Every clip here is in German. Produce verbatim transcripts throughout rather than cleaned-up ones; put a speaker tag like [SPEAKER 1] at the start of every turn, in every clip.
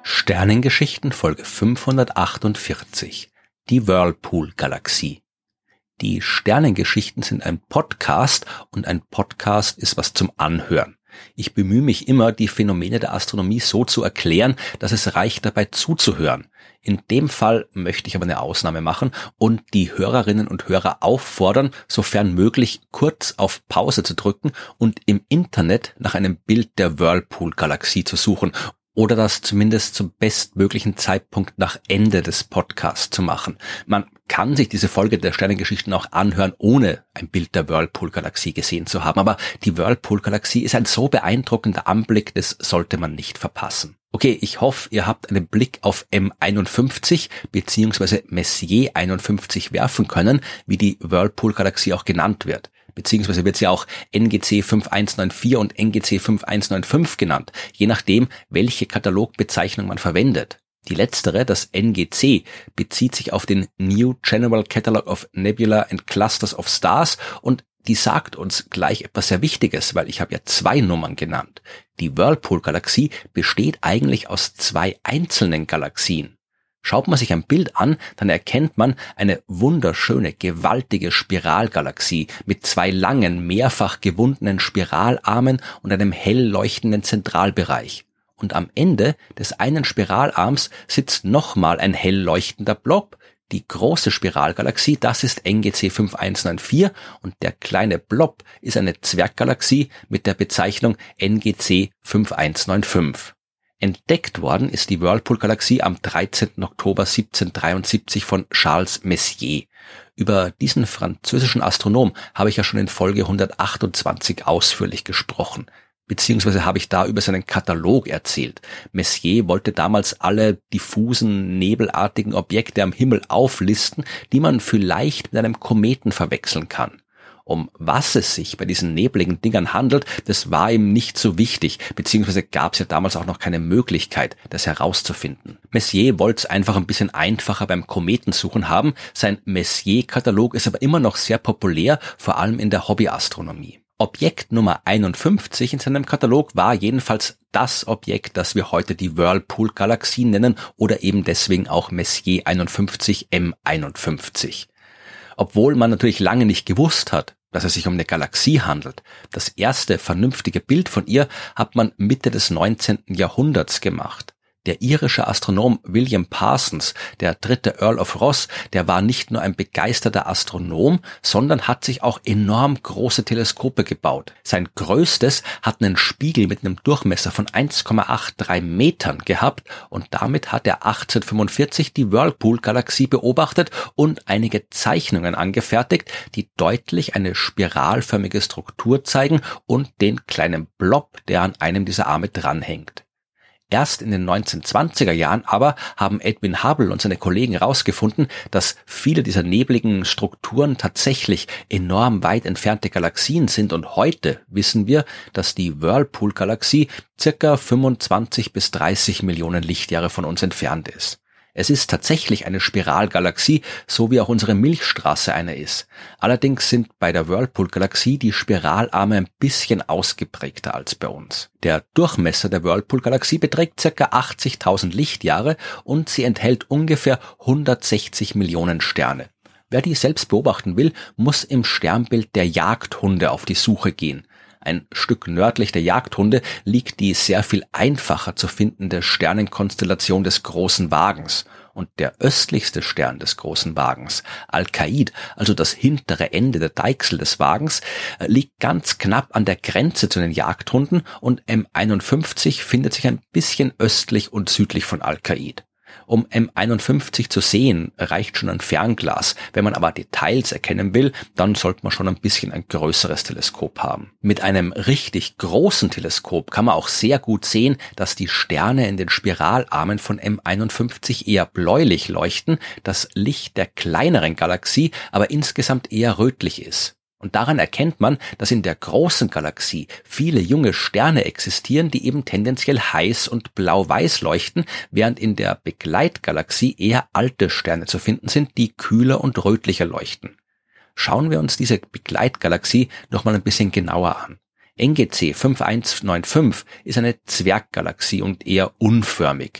[SPEAKER 1] Sternengeschichten Folge fünfhundertachtundvierzig. Die Whirlpool-Galaxie. Die Sternengeschichten sind ein Podcast und ein Podcast ist was zum Anhören. Ich bemühe mich immer, die Phänomene der Astronomie so zu erklären, dass es reicht, dabei zuzuhören. In dem Fall möchte ich aber eine Ausnahme machen und die Hörerinnen und Hörer auffordern, sofern möglich kurz auf Pause zu drücken und im Internet nach einem Bild der Whirlpool-Galaxie zu suchen oder das zumindest zum bestmöglichen Zeitpunkt nach Ende des Podcasts zu machen. Man kann sich diese Folge der Sternengeschichten auch anhören, ohne ein Bild der Whirlpool-Galaxie gesehen zu haben. Aber die Whirlpool-Galaxie ist ein so beeindruckender Anblick, das sollte man nicht verpassen. Okay, ich hoffe, ihr habt einen Blick auf M einundfünfzig bzw. Messier einundfünfzig werfen können, wie die Whirlpool-Galaxie auch genannt wird. Beziehungsweise wird sie auch N G C fünf eins neun vier und N G C fünf eins neun fünf genannt, je nachdem, welche Katalogbezeichnung man verwendet. Die letztere, das N G C, bezieht sich auf den New General Catalog of Nebula and Clusters of Stars und die sagt uns gleich etwas sehr Wichtiges, weil ich habe ja zwei Nummern genannt. Die Whirlpool-Galaxie besteht eigentlich aus zwei einzelnen Galaxien. Schaut man sich ein Bild an, dann erkennt man eine wunderschöne, gewaltige Spiralgalaxie mit zwei langen, mehrfach gewundenen Spiralarmen und einem hell leuchtenden Zentralbereich. Und am Ende des einen Spiralarms sitzt nochmal ein hell leuchtender Blob. Die große Spiralgalaxie, das ist N G C fünf eins neun vier und der kleine Blob ist eine Zwerggalaxie mit der Bezeichnung N G C fünf eins neun fünf. Entdeckt worden ist die Whirlpool-Galaxie am dreizehnten Oktober siebzehnhundertdreiundsiebzig von Charles Messier. Über diesen französischen Astronom habe ich ja schon in Folge hundertachtundzwanzig ausführlich gesprochen. Beziehungsweise habe ich da über seinen Katalog erzählt. Messier wollte damals alle diffusen, nebelartigen Objekte am Himmel auflisten, die man vielleicht mit einem Kometen verwechseln kann. Um was es sich bei diesen nebligen Dingern handelt, das war ihm nicht so wichtig, beziehungsweise gab es ja damals auch noch keine Möglichkeit, das herauszufinden. Messier wollte es einfach ein bisschen einfacher beim Kometensuchen haben. Sein Messier-Katalog ist aber immer noch sehr populär, vor allem in der Hobbyastronomie. Objekt Nummer einundfünfzig in seinem Katalog war jedenfalls das Objekt, das wir heute die Whirlpool-Galaxie nennen oder eben deswegen auch Messier einundfünfzig M einundfünfzig. Obwohl man natürlich lange nicht gewusst hat, dass es sich um eine Galaxie handelt. Das erste vernünftige Bild von ihr hat man Mitte des neunzehnten Jahrhunderts gemacht. Der irische Astronom William Parsons, der dritte Earl of Ross, der war nicht nur ein begeisterter Astronom, sondern hat sich auch enorm große Teleskope gebaut. Sein größtes hat einen Spiegel mit einem Durchmesser von eins Komma dreiundachtzig Metern gehabt und damit hat er achtzehnhundertfünfundvierzig die Whirlpool-Galaxie beobachtet und einige Zeichnungen angefertigt, die deutlich eine spiralförmige Struktur zeigen und den kleinen Blob, der an einem dieser Arme dranhängt. Erst in den neunzehnhundertzwanziger Jahren aber haben Edwin Hubble und seine Kollegen herausgefunden, dass viele dieser nebligen Strukturen tatsächlich enorm weit entfernte Galaxien sind und heute wissen wir, dass die Whirlpool-Galaxie circa fünfundzwanzig bis dreißig Millionen Lichtjahre von uns entfernt ist. Es ist tatsächlich eine Spiralgalaxie, so wie auch unsere Milchstraße eine ist. Allerdings sind bei der Whirlpool-Galaxie die Spiralarme ein bisschen ausgeprägter als bei uns. Der Durchmesser der Whirlpool-Galaxie beträgt ca. achtzigtausend Lichtjahre und sie enthält ungefähr hundertsechzig Millionen Sterne. Wer die selbst beobachten will, muss im Sternbild der Jagdhunde auf die Suche gehen. Ein Stück nördlich der Jagdhunde liegt die sehr viel einfacher zu findende Sternenkonstellation des Großen Wagens. Und der östlichste Stern des Großen Wagens, Alkaid, also das hintere Ende der Deichsel des Wagens, liegt ganz knapp an der Grenze zu den Jagdhunden und M einundfünfzig findet sich ein bisschen östlich und südlich von Alkaid. Um M einundfünfzig zu sehen, reicht schon ein Fernglas. Wenn man aber Details erkennen will, dann sollte man schon ein bisschen ein größeres Teleskop haben. Mit einem richtig großen Teleskop kann man auch sehr gut sehen, dass die Sterne in den Spiralarmen von M einundfünfzig eher bläulich leuchten, das Licht der kleineren Galaxie aber insgesamt eher rötlich ist. Und daran erkennt man, dass in der großen Galaxie viele junge Sterne existieren, die eben tendenziell heiß und blau-weiß leuchten, während in der Begleitgalaxie eher alte Sterne zu finden sind, die kühler und rötlicher leuchten. Schauen wir uns diese Begleitgalaxie noch mal ein bisschen genauer an. N G C fünf eins neun fünf ist eine Zwerggalaxie und eher unförmig.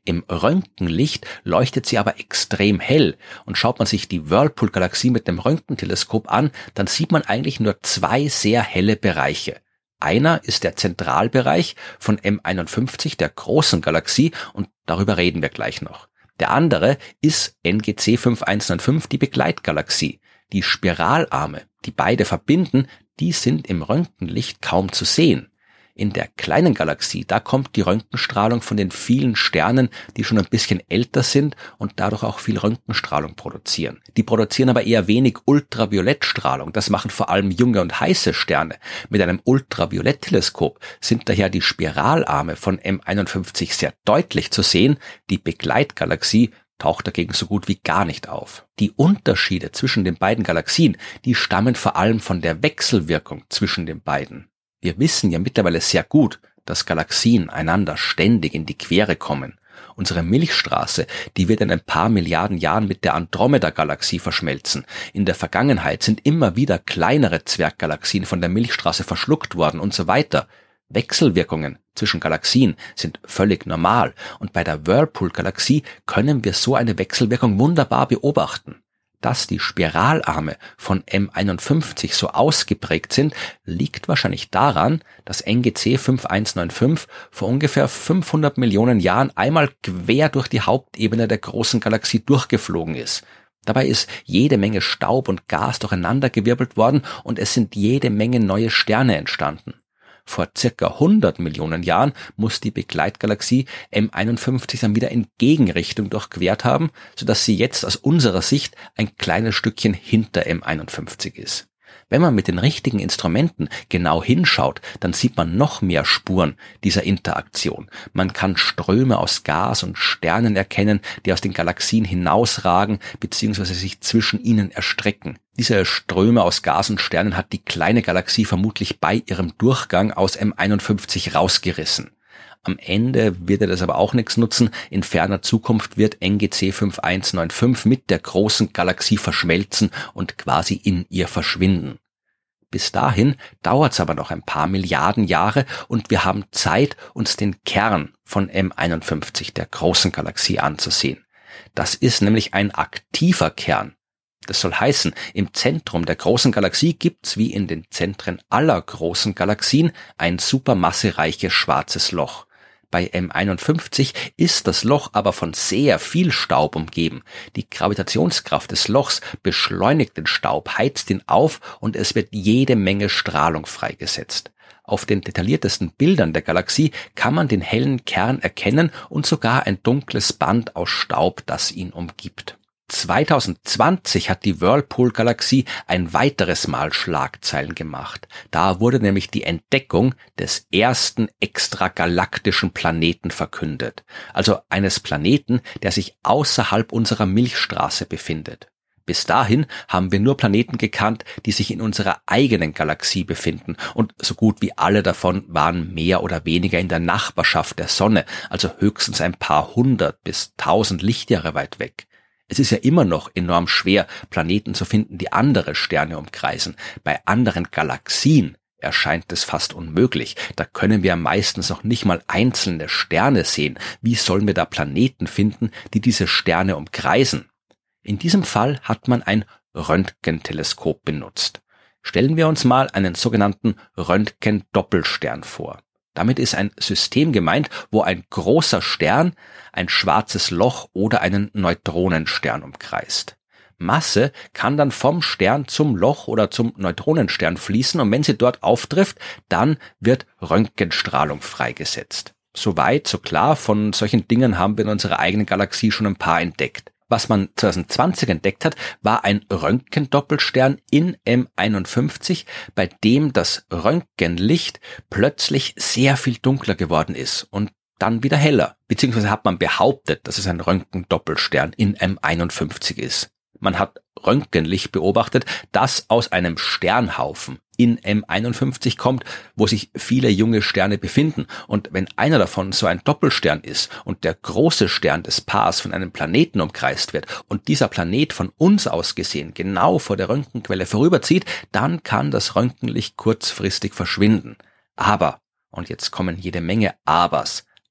[SPEAKER 1] Im Röntgenlicht leuchtet sie aber extrem hell, und schaut man sich die Whirlpool-Galaxie mit dem Röntgenteleskop an, dann sieht man eigentlich nur zwei sehr helle Bereiche. Einer ist der Zentralbereich von M einundfünfzig, der großen Galaxie, und darüber reden wir gleich noch. Der andere ist N G C fünf eins neun fünf, die Begleitgalaxie. Die Spiralarme, die beide verbinden, die sind im Röntgenlicht kaum zu sehen. In der kleinen Galaxie, da kommt die Röntgenstrahlung von den vielen Sternen, die schon ein bisschen älter sind und dadurch auch viel Röntgenstrahlung produzieren. Die produzieren aber eher wenig Ultraviolettstrahlung. Das machen vor allem junge und heiße Sterne. Mit einem Ultraviolettteleskop sind daher die Spiralarme von M einundfünfzig sehr deutlich zu sehen. Die Begleitgalaxie taucht dagegen so gut wie gar nicht auf. Die Unterschiede zwischen den beiden Galaxien, die stammen vor allem von der Wechselwirkung zwischen den beiden. Wir wissen ja mittlerweile sehr gut, dass Galaxien einander ständig in die Quere kommen. Unsere Milchstraße, die wird in ein paar Milliarden Jahren mit der Andromeda-Galaxie verschmelzen. In der Vergangenheit sind immer wieder kleinere Zwerggalaxien von der Milchstraße verschluckt worden und so weiter. Wechselwirkungen zwischen Galaxien sind völlig normal, und bei der Whirlpool-Galaxie können wir so eine Wechselwirkung wunderbar beobachten. Dass die Spiralarme von M einundfünfzig so ausgeprägt sind, liegt wahrscheinlich daran, dass N G C fünf eins neun fünf vor ungefähr fünfhundert Millionen Jahren einmal quer durch die Hauptebene der großen Galaxie durchgeflogen ist. Dabei ist jede Menge Staub und Gas durcheinandergewirbelt worden, und es sind jede Menge neue Sterne entstanden. Vor circa hundert Millionen Jahren muss die Begleitgalaxie M einundfünfzig dann wieder in Gegenrichtung durchquert haben, sodass sie jetzt aus unserer Sicht ein kleines Stückchen hinter M einundfünfzig ist. Wenn man mit den richtigen Instrumenten genau hinschaut, dann sieht man noch mehr Spuren dieser Interaktion. Man kann Ströme aus Gas und Sternen erkennen, die aus den Galaxien hinausragen bzw. sich zwischen ihnen erstrecken. Diese Ströme aus Gas und Sternen hat die kleine Galaxie vermutlich bei ihrem Durchgang aus M einundfünfzig rausgerissen. Am Ende wird das aber auch nichts nutzen. In ferner Zukunft wird N G C fünf eins neun fünf mit der großen Galaxie verschmelzen und quasi in ihr verschwinden. Bis dahin dauert's aber noch ein paar Milliarden Jahre, und wir haben Zeit, uns den Kern von M einundfünfzig, der großen Galaxie, anzusehen. Das ist nämlich ein aktiver Kern. Das soll heißen, im Zentrum der großen Galaxie gibt's wie in den Zentren aller großen Galaxien ein supermassereiches schwarzes Loch. Bei M einundfünfzig ist das Loch aber von sehr viel Staub umgeben. Die Gravitationskraft des Lochs beschleunigt den Staub, heizt ihn auf, und es wird jede Menge Strahlung freigesetzt. Auf den detailliertesten Bildern der Galaxie kann man den hellen Kern erkennen und sogar ein dunkles Band aus Staub, das ihn umgibt. zwanzig zwanzig hat die Whirlpool-Galaxie ein weiteres Mal Schlagzeilen gemacht. Da wurde nämlich die Entdeckung des ersten extragalaktischen Planeten verkündet. Also eines Planeten, der sich außerhalb unserer Milchstraße befindet. Bis dahin haben wir nur Planeten gekannt, die sich in unserer eigenen Galaxie befinden, und so gut wie alle davon waren mehr oder weniger in der Nachbarschaft der Sonne, also höchstens ein paar hundert bis tausend Lichtjahre weit weg. Es ist ja immer noch enorm schwer, Planeten zu finden, die andere Sterne umkreisen. Bei anderen Galaxien erscheint es fast unmöglich. Da können wir meistens noch nicht mal einzelne Sterne sehen. Wie sollen wir da Planeten finden, die diese Sterne umkreisen? In diesem Fall hat man ein Röntgenteleskop benutzt. Stellen wir uns mal einen sogenannten Röntgen-Doppelstern vor. Damit ist ein System gemeint, wo ein großer Stern ein schwarzes Loch oder einen Neutronenstern umkreist. Masse kann dann vom Stern zum Loch oder zum Neutronenstern fließen, und wenn sie dort auftrifft, dann wird Röntgenstrahlung freigesetzt. Soweit, so klar, von solchen Dingen haben wir in unserer eigenen Galaxie schon ein paar entdeckt. Was man zwanzig zwanzig entdeckt hat, war ein Röntgendoppelstern in M einundfünfzig, bei dem das Röntgenlicht plötzlich sehr viel dunkler geworden ist und dann wieder heller. Beziehungsweise hat man behauptet, dass es ein Röntgendoppelstern in M einundfünfzig ist. Man hat Röntgenlicht beobachtet, das aus einem Sternhaufen in M einundfünfzig kommt, wo sich viele junge Sterne befinden. Und wenn einer davon so ein Doppelstern ist und der große Stern des Paars von einem Planeten umkreist wird und dieser Planet von uns aus gesehen genau vor der Röntgenquelle vorüberzieht, dann kann das Röntgenlicht kurzfristig verschwinden. Aber, und jetzt kommen jede Menge Abers,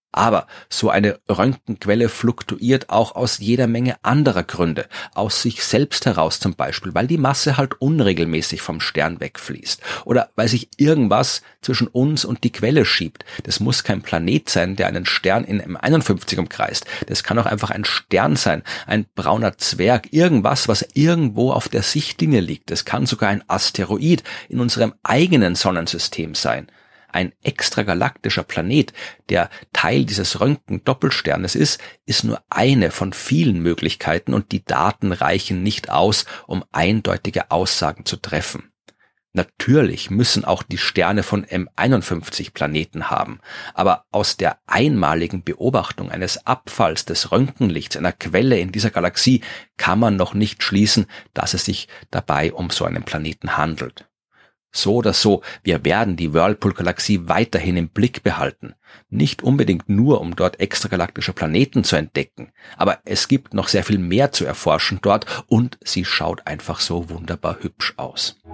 [SPEAKER 1] Aber so eine Röntgenquelle fluktuiert auch aus jeder Menge anderer Gründe, aus sich selbst heraus zum Beispiel, weil die Masse halt unregelmäßig vom Stern wegfließt oder weil sich irgendwas zwischen uns und die Quelle schiebt. Das muss kein Planet sein, der einen Stern in M einundfünfzig umkreist. Das kann auch einfach ein Stern sein, ein brauner Zwerg, irgendwas, was irgendwo auf der Sichtlinie liegt. Das kann sogar ein Asteroid in unserem eigenen Sonnensystem sein. Ein extragalaktischer Planet, der Teil dieses Röntgen-Doppelsternes ist, ist nur eine von vielen Möglichkeiten und die Daten reichen nicht aus, um eindeutige Aussagen zu treffen. Natürlich müssen auch die Sterne von M einundfünfzig Planeten haben, aber aus der einmaligen Beobachtung eines Abfalls des Röntgenlichts einer Quelle in dieser Galaxie kann man noch nicht schließen, dass es sich dabei um so einen Planeten handelt. So oder so, wir werden die Whirlpool-Galaxie weiterhin im Blick behalten. Nicht unbedingt nur, um dort extragalaktische Planeten zu entdecken, aber es gibt noch sehr viel mehr zu erforschen dort und sie schaut einfach so wunderbar hübsch aus.